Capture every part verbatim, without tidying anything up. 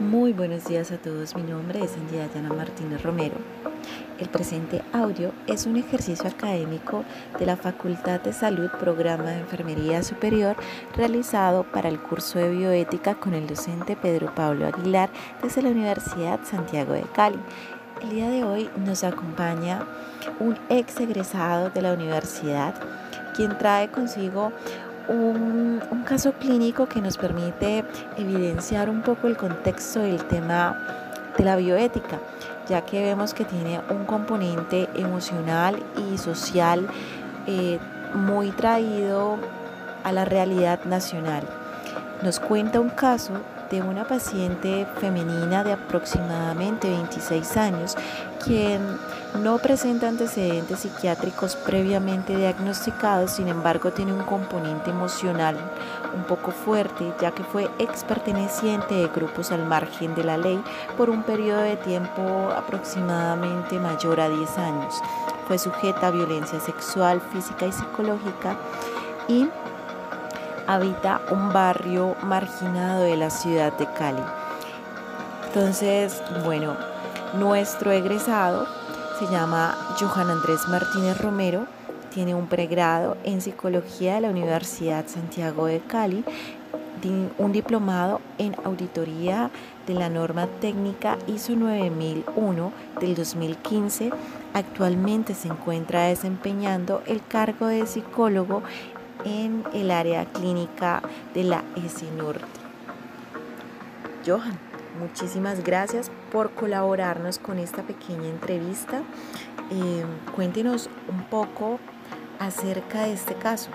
Muy buenos días a todos, mi nombre es Angie Dayana Martínez Romero. El presente audio es un ejercicio académico de la Facultad de Salud, Programa de Enfermería Superior, realizado para el curso de Bioética con el docente Pedro Pablo Aguilar desde la Universidad Santiago de Cali. El día de hoy nos acompaña un ex egresado de la universidad, quien trae consigo Un, un caso clínico que nos permite evidenciar un poco el contexto del tema de la bioética, ya que vemos que tiene un componente emocional y social eh, muy traído a la realidad nacional. Nos cuenta un caso de una paciente femenina de aproximadamente veintiséis años, quien no presenta antecedentes psiquiátricos previamente diagnosticados, sin embargo tiene un componente emocional un poco fuerte, ya que fue ex perteneciente de grupos al margen de la ley por un periodo de tiempo aproximadamente mayor a diez años. Fue sujeta a violencia sexual, física y psicológica y habita un barrio marginado de la ciudad de Cali. Entonces, bueno, nuestro egresado se llama Johan Andrés Martínez Romero, tiene un pregrado en psicología de la Universidad Santiago de Cali, un diplomado en auditoría de la norma técnica I S O nueve mil uno del dos mil quince. Actualmente se encuentra desempeñando el cargo de psicólogo en el área clínica de la ESINURTI. Johan, muchísimas gracias por colaborarnos con esta pequeña entrevista. Eh, cuéntenos un poco acerca de este caso.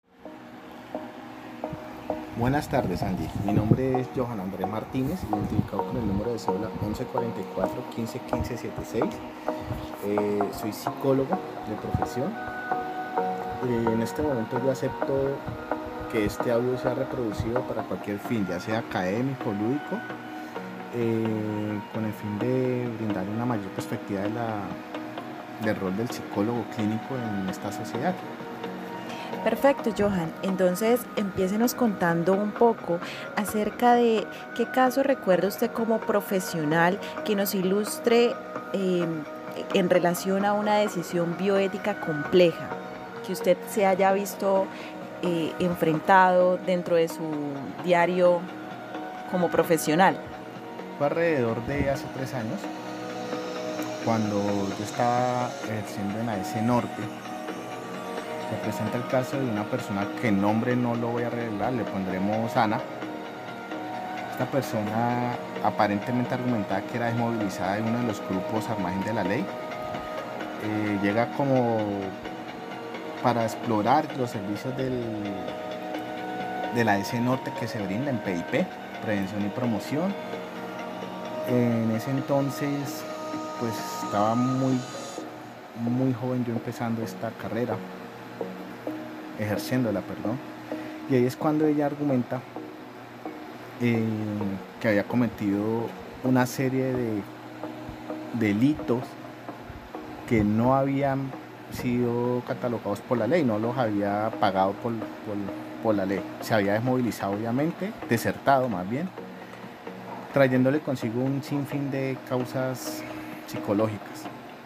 Buenas tardes, Angie. Mi nombre es Johan Andrés Martínez, identificado con el número de cédula once cuarenta y cuatro quince quince setenta y seis. Eh, soy psicólogo de profesión. Eh, en este momento yo acepto que este audio sea reproducido para cualquier fin, ya sea académico o lúdico, eh, con el fin de brindar una mayor perspectiva de la, del rol del psicólogo clínico en esta sociedad. Perfecto, Johan. Entonces, empiécenos contando un poco acerca de qué caso recuerda usted como profesional que nos ilustre eh, en relación a una decisión bioética compleja, que usted se haya visto eh, enfrentado dentro de su diario como profesional. Fue alrededor de hace tres años, cuando yo estaba ejerciendo en la ESINURTI. Se presenta el caso de una persona que el nombre no lo voy a revelar, le pondremos Ana. Esta persona aparentemente argumentaba que era desmovilizada de uno de los grupos al margen de la ley. Eh, llega como para explorar los servicios del, de la ESINURTI que se brinda en P I P, Prevención y Promoción. En ese entonces pues estaba muy, muy joven yo empezando esta carrera. ejerciéndola, perdón, y ahí es cuando ella argumenta eh, que había cometido una serie de delitos que no habían sido catalogados por la ley, no los había pagado por, por, por la ley. Se había desmovilizado, obviamente, desertado más bien, trayéndole consigo un sinfín de causas psicológicas.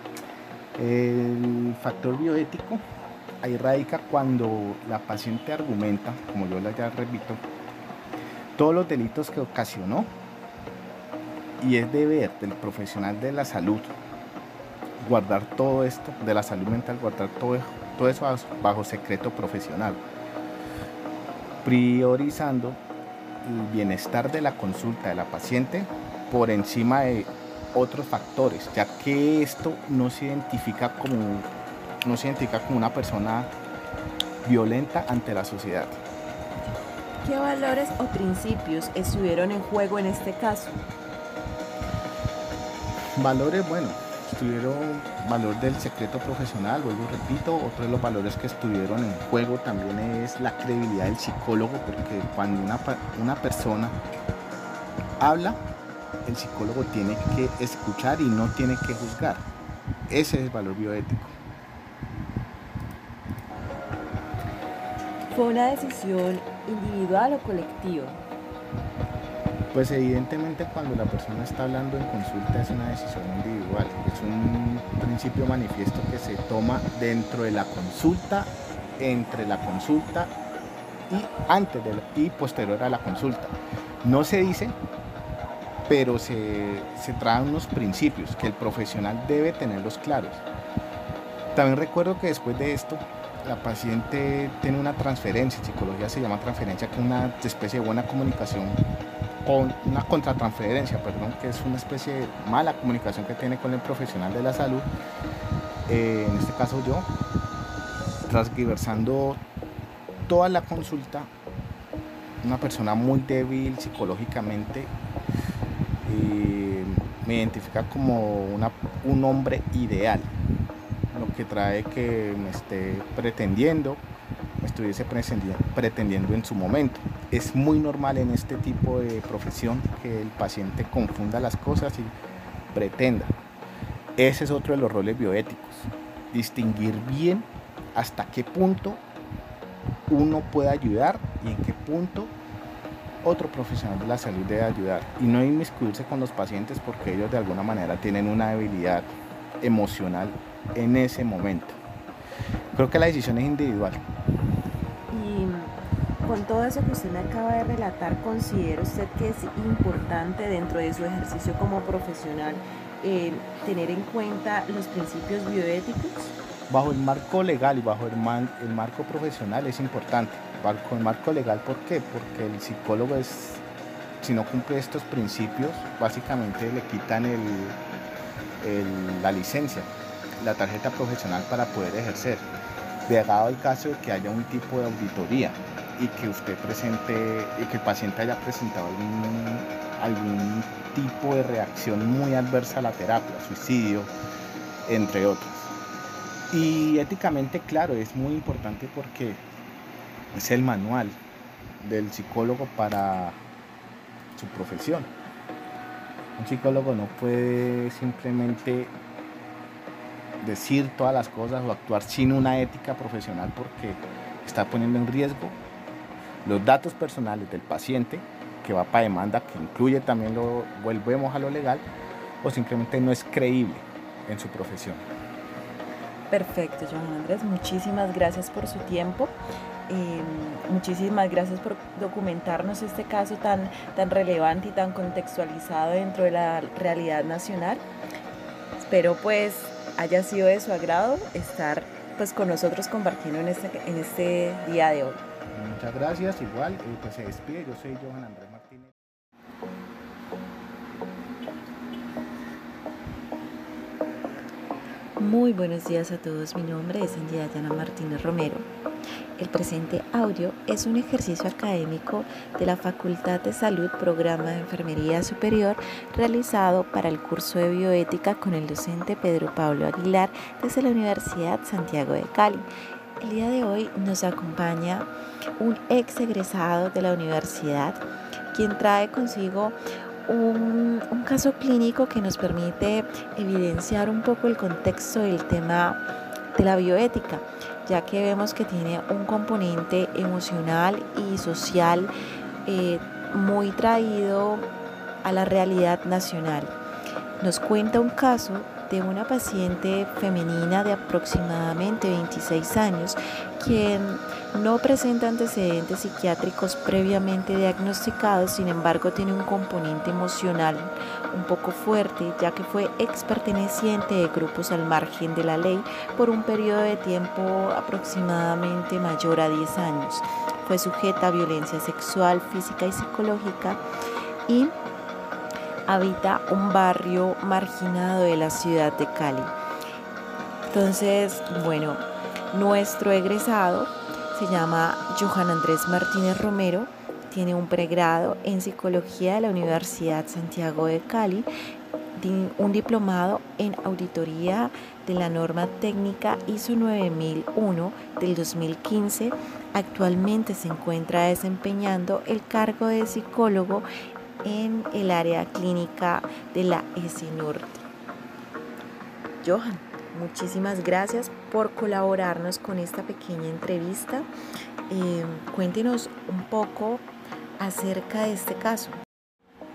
El factor bioético ahí radica cuando la paciente argumenta, como yo ya repito, todos los delitos que ocasionó, y es deber del profesional de la salud guardar todo esto, de la salud mental, guardar todo, todo eso bajo secreto profesional, priorizando el bienestar de la consulta de la paciente por encima de otros factores, ya que esto no se identifica como no se identifica como una persona violenta ante la sociedad. ¿Qué valores o principios estuvieron en juego en este caso? Valores, bueno, estuvieron valor del secreto profesional, vuelvo y repito. Otro de los valores que estuvieron en juego también es la credibilidad del psicólogo, porque cuando una, una persona habla, el psicólogo tiene que escuchar y no tiene que juzgar. Ese es el valor bioético. ¿Fue una decisión individual o colectiva? Pues evidentemente cuando la persona está hablando en consulta es una decisión individual, es un principio manifiesto que se toma dentro de la consulta, entre la consulta y antes de la, y posterior a la consulta. No se dice, pero se, se traen unos principios que el profesional debe tenerlos claros. También recuerdo que después de esto, la paciente tiene una transferencia, en psicología se llama transferencia, que es una especie de buena comunicación, o una contratransferencia, perdón, que es una especie de mala comunicación que tiene con el profesional de la salud, eh, en este caso yo, transgiversando toda la consulta, una persona muy débil psicológicamente, eh, me identifica como una, un hombre ideal, lo que trae que me esté pretendiendo, me estuviese pretendiendo en su momento. Es muy normal en este tipo de profesión que el paciente confunda las cosas y pretenda. Ese es otro de los roles bioéticos, distinguir bien hasta qué punto uno puede ayudar y en qué punto otro profesional de la salud debe ayudar, y no inmiscuirse con los pacientes porque ellos de alguna manera tienen una debilidad emocional en ese momento. Creo que la decisión es individual. Y con todo eso que usted me acaba de relatar, ¿considera usted que es importante dentro de su ejercicio como profesional eh, tener en cuenta los principios bioéticos? Bajo el marco legal y bajo el, man, el marco profesional es importante. Bajo el marco legal, ¿por qué? Porque el psicólogo es, si no cumple estos principios, básicamente le quitan el, el, la licencia, la tarjeta profesional para poder ejercer. Llegado el caso de que haya un tipo de auditoría y que usted presente, y que el paciente haya presentado algún, algún tipo de reacción muy adversa a la terapia, suicidio, entre otras. Y éticamente, claro, es muy importante porque es el manual del psicólogo para su profesión. Un psicólogo no puede simplemente decir todas las cosas o actuar sin una ética profesional porque está poniendo en riesgo los datos personales del paciente, que va para demanda, que incluye también, lo volvemos a lo legal, o simplemente no es creíble en su profesión. Perfecto, Johan Andrés, muchísimas gracias por su tiempo. Eh, muchísimas gracias por documentarnos este caso tan, tan relevante y tan contextualizado dentro de la realidad nacional. Espero pues haya sido de su agrado estar pues con nosotros compartiendo en este, en este día de hoy. Muchas gracias, igual, eh, pues se despide, yo soy Johan Andrés Martínez. Muy buenos días a todos, mi nombre es Angie Dayana Martínez Romero. El presente audio es un ejercicio académico de la Facultad de Salud, Programa de Enfermería Superior, realizado para el curso de bioética con el docente Pedro Pablo Aguilar desde la Universidad Santiago de Cali. El día de hoy nos acompaña un ex egresado de la universidad, quien trae consigo Un, un caso clínico que nos permite evidenciar un poco el contexto del tema de la bioética, ya que vemos que tiene un componente emocional y social eh, muy traído a la realidad nacional. Nos cuenta un caso de una paciente femenina de aproximadamente veintiséis años, quien no presenta antecedentes psiquiátricos previamente diagnosticados, sin embargo tiene un componente emocional un poco fuerte, ya que fue ex perteneciente de grupos al margen de la ley por un periodo de tiempo aproximadamente mayor a diez años. Fue sujeta a violencia sexual, física y psicológica y habita un barrio marginado de la ciudad de Cali. Entonces, bueno, nuestro egresado se llama Johan Andrés Martínez Romero, tiene un pregrado en psicología de la Universidad Santiago de Cali, un diplomado en auditoría de la norma técnica I S O nueve mil uno del dos mil quince. Actualmente se encuentra desempeñando el cargo de psicólogo en el área clínica de la E S I Norte. Johan, muchísimas gracias por colaborarnos con esta pequeña entrevista. Eh, cuéntenos un poco acerca de este caso.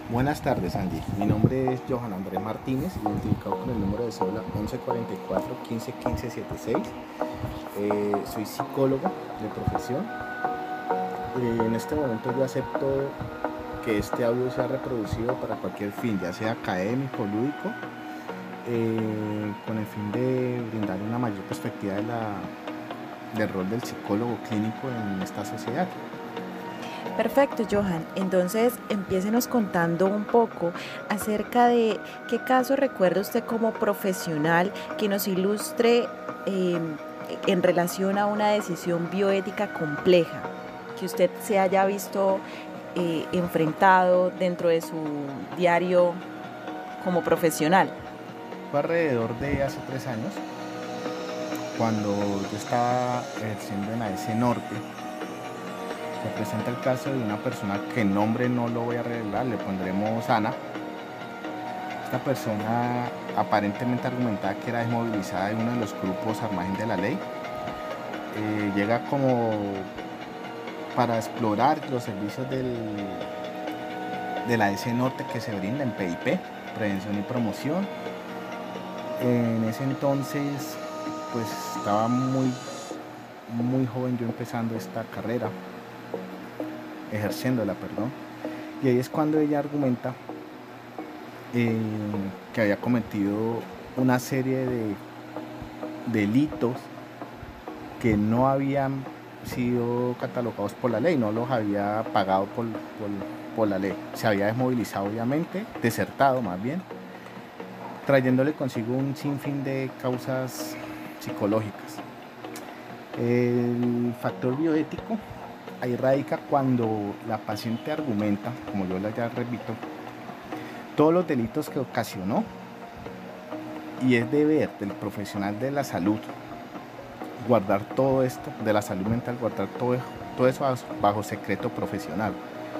Buenas tardes, Angie. Mi nombre es Johan Andrés Martínez, identificado con el número de cédula once cuarenta y cuatro quince quince setenta y seis. Eh, soy psicólogo de profesión. Eh, en este momento yo acepto que este audio sea reproducido para cualquier fin, ya sea académico o lúdico, eh, con el fin de brindar una mayor perspectiva de la, del rol del psicólogo clínico en esta sociedad. Perfecto, Johan. Entonces, empiécenos contando un poco acerca de qué caso recuerda usted como profesional que nos ilustre eh, en relación a una decisión bioética compleja, que usted se haya visto eh, enfrentado dentro de su diario como profesional. Fue alrededor de hace tres años, cuando yo estaba ejerciendo en A S Norte. Se presenta el caso de una persona que el nombre no lo voy a revelar, le pondremos Ana. Esta persona aparentemente argumentaba que era desmovilizada de uno de los grupos al margen de la ley. Eh, llega como para explorar los servicios del, de la A S Norte que se brinda en P I P, Prevención y Promoción. En ese entonces, pues estaba muy, muy joven yo empezando esta carrera. ejerciéndola, perdón, y ahí es cuando ella argumenta eh, que había cometido una serie de delitos que no habían sido catalogados por la ley, no los había pagado por, por, por la ley. Se había desmovilizado, obviamente, desertado más bien, trayéndole consigo un sinfín de causas psicológicas. El factor bioético ahí radica cuando la paciente argumenta, como yo ya repito, todos los delitos que ocasionó, y es deber del profesional de la salud guardar todo esto, de la salud mental, guardar todo, todo eso bajo secreto profesional,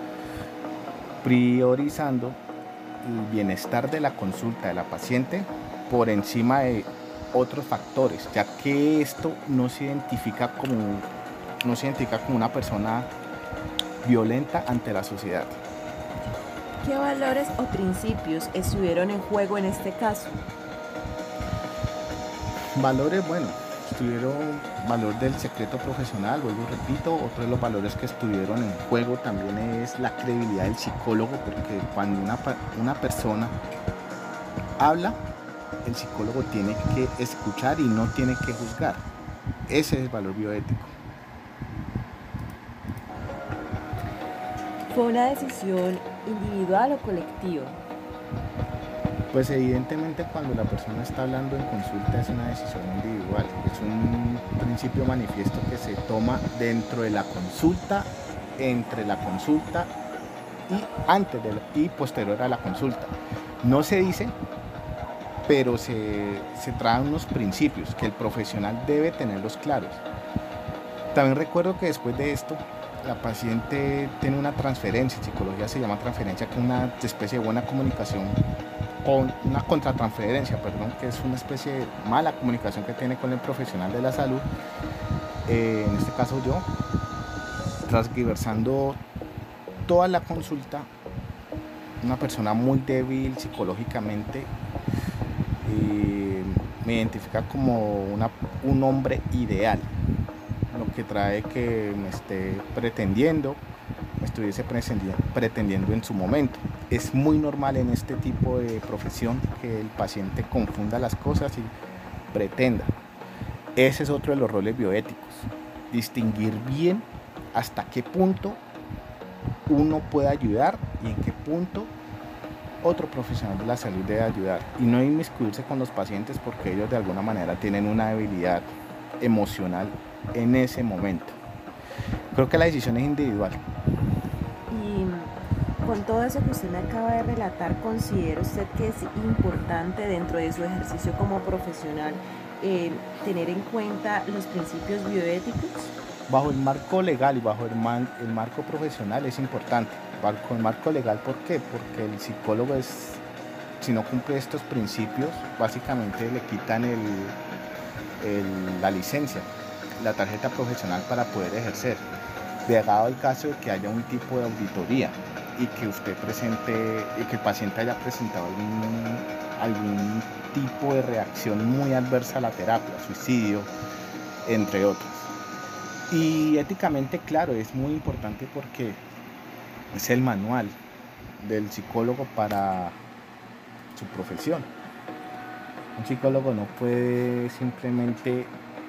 priorizando el bienestar de la consulta de la paciente por encima de otros factores, ya que esto no se identifica como no se identifica como una persona violenta ante la sociedad. ¿Qué valores o principios estuvieron en juego en este caso? Valores, bueno, estuvieron valor del secreto profesional, vuelvo y repito. Otro de los valores que estuvieron en juego también es la credibilidad del psicólogo, porque cuando una, una persona habla, el psicólogo tiene que escuchar y no tiene que juzgar. Ese es el valor bioético. ¿Fue una decisión individual o colectiva? Pues evidentemente cuando la persona está hablando en consulta es una decisión individual, es un principio manifiesto que se toma dentro de la consulta, entre la consulta y antes de la, y posterior a la consulta. No se dice, pero se, se traen unos principios que el profesional debe tenerlos claros. También recuerdo que después de esto, la paciente tiene una transferencia, en psicología se llama transferencia, que es una especie de buena comunicación, con una contratransferencia, perdón, que es una especie de mala comunicación que tiene con el profesional de la salud, eh, en este caso yo, transversando toda la consulta, una persona muy débil psicológicamente, eh, me identifica como una, un hombre ideal, lo que trae que me esté pretendiendo, me estuviese pretendiendo en su momento. Es muy normal en este tipo de profesión que el paciente confunda las cosas y pretenda. Ese es otro de los roles bioéticos, distinguir bien hasta qué punto uno puede ayudar y en qué punto otro profesional de la salud debe ayudar, y no inmiscuirse con los pacientes porque ellos de alguna manera tienen una debilidad emocional en ese momento. Creo que la decisión es individual. Y con todo eso que usted me acaba de relatar, ¿considera usted que es importante dentro de su ejercicio como profesional eh, tener en cuenta los principios bioéticos? Bajo el marco legal y bajo el, man, el marco profesional es importante. Bajo el marco legal, ¿por qué? Porque el psicólogo es, si no cumple estos principios, básicamente le quitan el, el, la licencia, la tarjeta profesional para poder ejercer. Llegado el caso de que haya un tipo de auditoría. y que usted presente y que el paciente haya presentado algún, algún tipo de reacción muy adversa a la terapia, suicidio, entre otras. Y éticamente, claro, es muy importante porque es el manual del psicólogo para su profesión. Un psicólogo no puede simplemente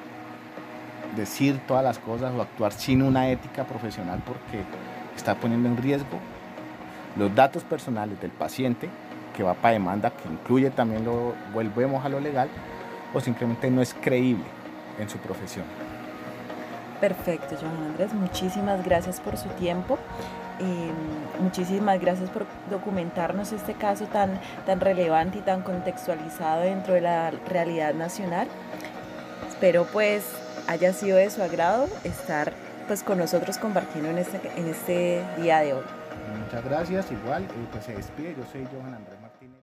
decir todas las cosas o actuar sin una ética profesional porque está poniendo en riesgo los datos personales del paciente, que va para demanda, que incluye también, lo volvemos a lo legal, o simplemente no es creíble en su profesión. Perfecto, Johan Andrés, muchísimas gracias por su tiempo. Eh, muchísimas gracias por documentarnos este caso tan, tan relevante y tan contextualizado dentro de la realidad nacional. Espero pues haya sido de su agrado estar pues con nosotros compartiendo en este, en este día de hoy. Muchas gracias, igual, eh, pues se despide, yo soy Johan Andrés Martínez.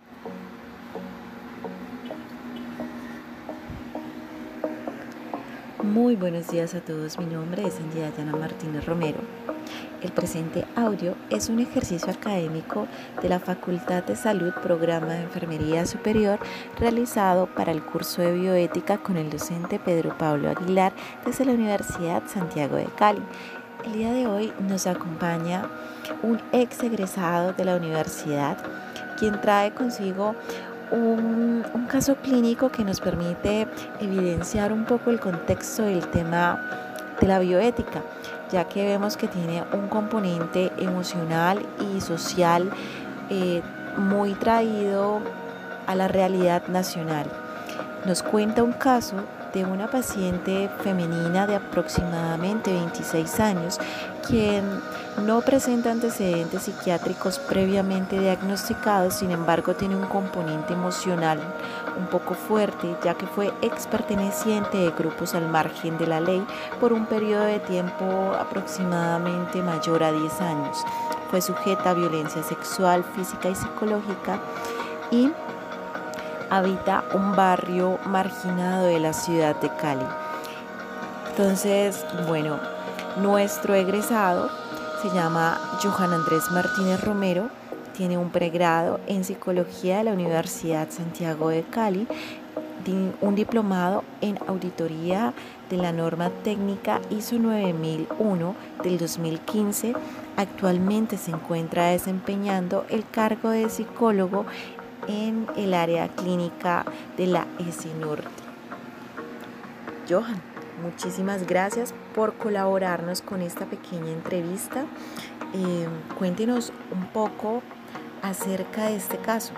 Muy buenos días a todos, mi nombre es Andy Dayana Martínez Romero. El presente audio es un ejercicio académico de la Facultad de Salud, Programa de Enfermería Superior, realizado para el curso de bioética con el docente Pedro Pablo Aguilar desde la Universidad Santiago de Cali. El día de hoy nos acompaña un ex egresado de la universidad, quien trae consigo Un, un caso clínico que nos permite evidenciar un poco el contexto del tema de la bioética, ya que vemos que tiene un componente emocional y social eh, muy traído a la realidad nacional. Nos cuenta un caso de una paciente femenina de aproximadamente veintiséis años, quien no presenta antecedentes psiquiátricos previamente diagnosticados, sin embargo tiene un componente emocional un poco fuerte, ya que fue ex perteneciente de grupos al margen de la ley por un periodo de tiempo aproximadamente mayor a diez años. Fue sujeta a violencia sexual, física y psicológica y habita un barrio marginado de la ciudad de Cali. Entonces, bueno, nuestro egresado se llama Johan Andrés Martínez Romero, tiene un pregrado en psicología de la Universidad Santiago de Cali, un diplomado en auditoría de la norma técnica I S O nueve mil uno del dos mil quince. Actualmente se encuentra desempeñando el cargo de psicólogo en el área clínica de la ESINURTE. Johan, muchísimas gracias por colaborarnos con esta pequeña entrevista. Eh, cuéntenos un poco acerca de este caso.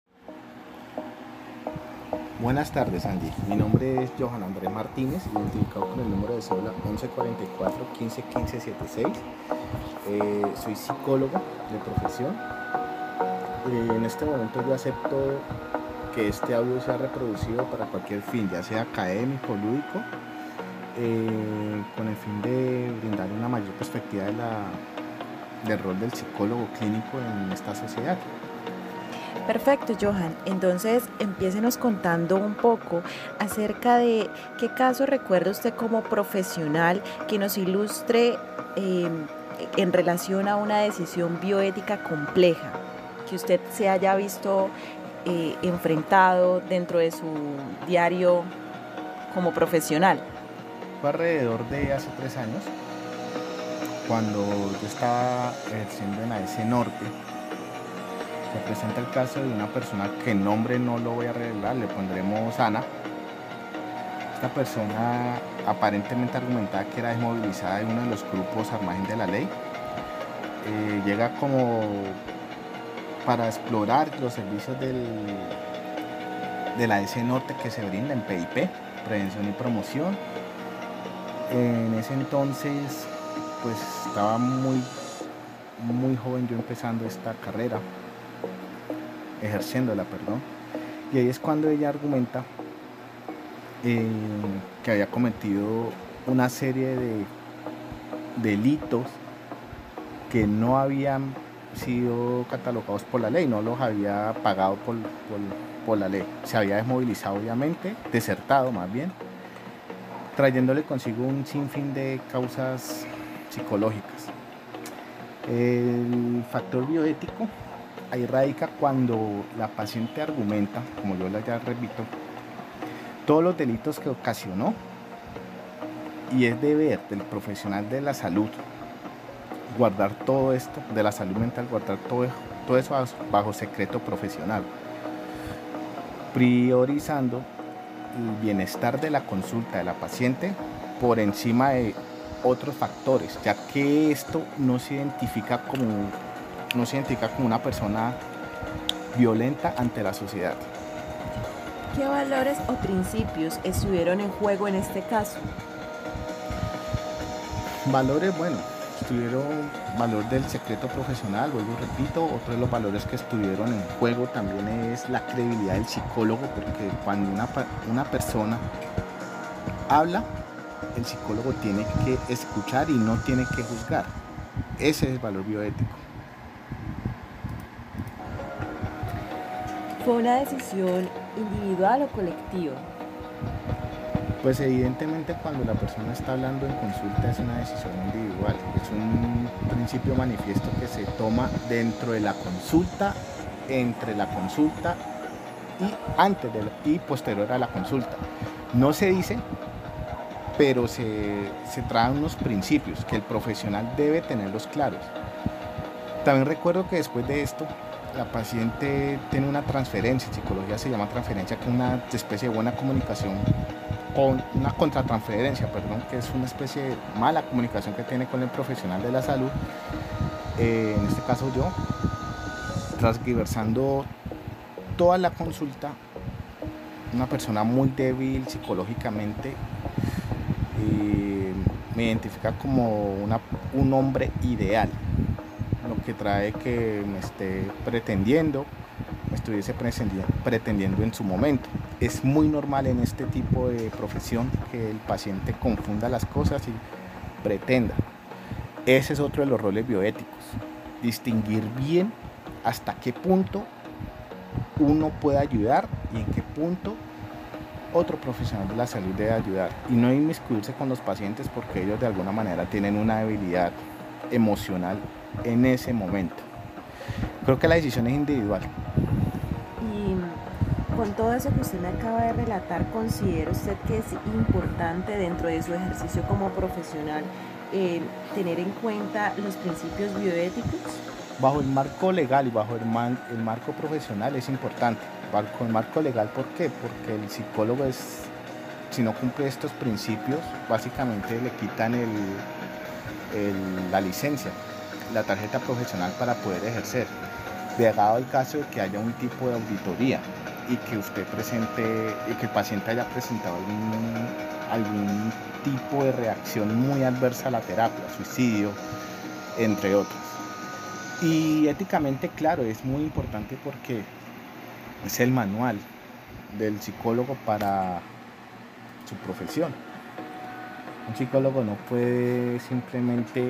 Buenas tardes, Andy. Mi nombre es Johan Andrés Martínez, identificado con el número de cédula once cuarenta y cuatro quince quince setenta y seis. Eh, soy psicólogo de profesión. En este momento yo acepto que este audio sea reproducido para cualquier fin, ya sea académico o lúdico, eh, con el fin de brindar una mayor perspectiva de la, del rol del psicólogo clínico en esta sociedad. Perfecto, Johan. Entonces, empiécenos contando un poco acerca de qué caso recuerda usted como profesional que nos ilustre eh, en relación a una decisión bioética compleja, que usted se haya visto eh, enfrentado dentro de su diario como profesional. Fue alrededor de hace tres años, cuando yo estaba ejerciendo en A E S Norte. Se presenta el caso de una persona que el nombre no lo voy a revelar, le pondremos Ana. Esta persona aparentemente argumentaba que era desmovilizada de uno de los grupos al margen de la ley. Eh, llega como para explorar los servicios del, de la A E S Norte que se brinda en P I P, Prevención y Promoción. En ese entonces, pues estaba muy, muy joven yo empezando esta carrera, ejerciéndola, perdón. Y ahí es cuando ella argumenta eh, que había cometido una serie de delitos que no habían sido catalogados por la ley, no los había pagado por, por, por la ley. Se había desmovilizado, obviamente, desertado más bien, trayéndole consigo un sinfín de causas psicológicas. El factor bioético ahí radica cuando la paciente argumenta, como yo ya repito, todos los delitos que ocasionó, y es deber del profesional de la salud guardar todo esto, de la salud mental, guardar todo, todo eso bajo secreto profesional, priorizando el bienestar de la consulta de la paciente por encima de otros factores, ya que esto no se identifica como, no se identifica como una persona violenta ante la sociedad. ¿Qué valores o principios estuvieron en juego en este caso? Valores, bueno, estuvieron valor del secreto profesional, vuelvo y repito. Otro de los valores que estuvieron en juego también es la credibilidad del psicólogo, porque cuando una, una persona habla, el psicólogo tiene que escuchar y no tiene que juzgar. Ese es el valor bioético. ¿Fue una decisión individual o colectiva? Pues evidentemente cuando la persona está hablando en consulta es una decisión individual, es un principio manifiesto que se toma dentro de la consulta, entre la consulta y antes de la, y posterior a la consulta. No se dice, pero se, se traen unos principios que el profesional debe tenerlos claros. También recuerdo que después de esto la paciente tiene una transferencia, en psicología se llama transferencia, que es una especie de buena comunicación, con una contratransferencia, perdón, que es una especie de mala comunicación que tiene con el profesional de la salud, eh, en este caso yo, transgiversando toda la consulta, una persona muy débil psicológicamente, eh, me identifica como una, un hombre ideal, lo que trae que me esté pretendiendo, me estuviese pretendiendo en su momento. Es muy normal en este tipo de profesión que el paciente confunda las cosas y pretenda. Ese es otro de los roles bioéticos, distinguir bien hasta qué punto uno puede ayudar y en qué punto otro profesional de la salud debe ayudar, y no inmiscuirse con los pacientes porque ellos de alguna manera tienen una debilidad emocional en ese momento. Creo que la decisión es individual. Y con todo eso que usted me acaba de relatar, ¿considera usted que es importante dentro de su ejercicio como profesional eh, tener en cuenta los principios bioéticos? Bajo el marco legal y bajo el, man, el marco profesional es importante. Bajo el marco legal, ¿por qué? Porque el psicólogo es, si no cumple estos principios, básicamente le quitan el, el, la licencia, la tarjeta profesional para poder ejercer. Llegado el caso de que haya un tipo de auditoría y que usted presente, y que el paciente haya presentado algún, algún tipo de reacción muy adversa a la terapia, suicidio, entre otros. Y éticamente, claro, es muy importante porque es el manual del psicólogo para su profesión. Un psicólogo no puede simplemente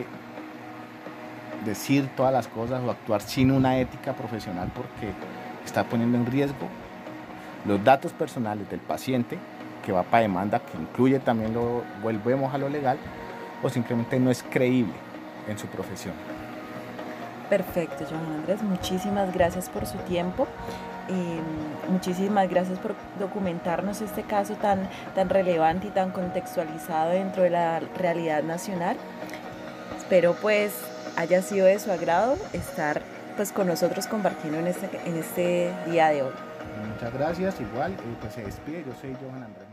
decir todas las cosas o actuar sin una ética profesional, porque está poniendo en riesgo los datos personales del paciente, que va para demanda, que incluye también, lo volvemos a lo legal, o simplemente no es creíble en su profesión. Perfecto, Johan Andrés, muchísimas gracias por su tiempo. Eh, muchísimas gracias por documentarnos este caso tan, tan relevante y tan contextualizado dentro de la realidad nacional. Espero pues haya sido de su agrado estar pues con nosotros compartiendo en este, en este día de hoy. Muchas gracias, igual, eh, pues se despide, yo soy Johan Andrés.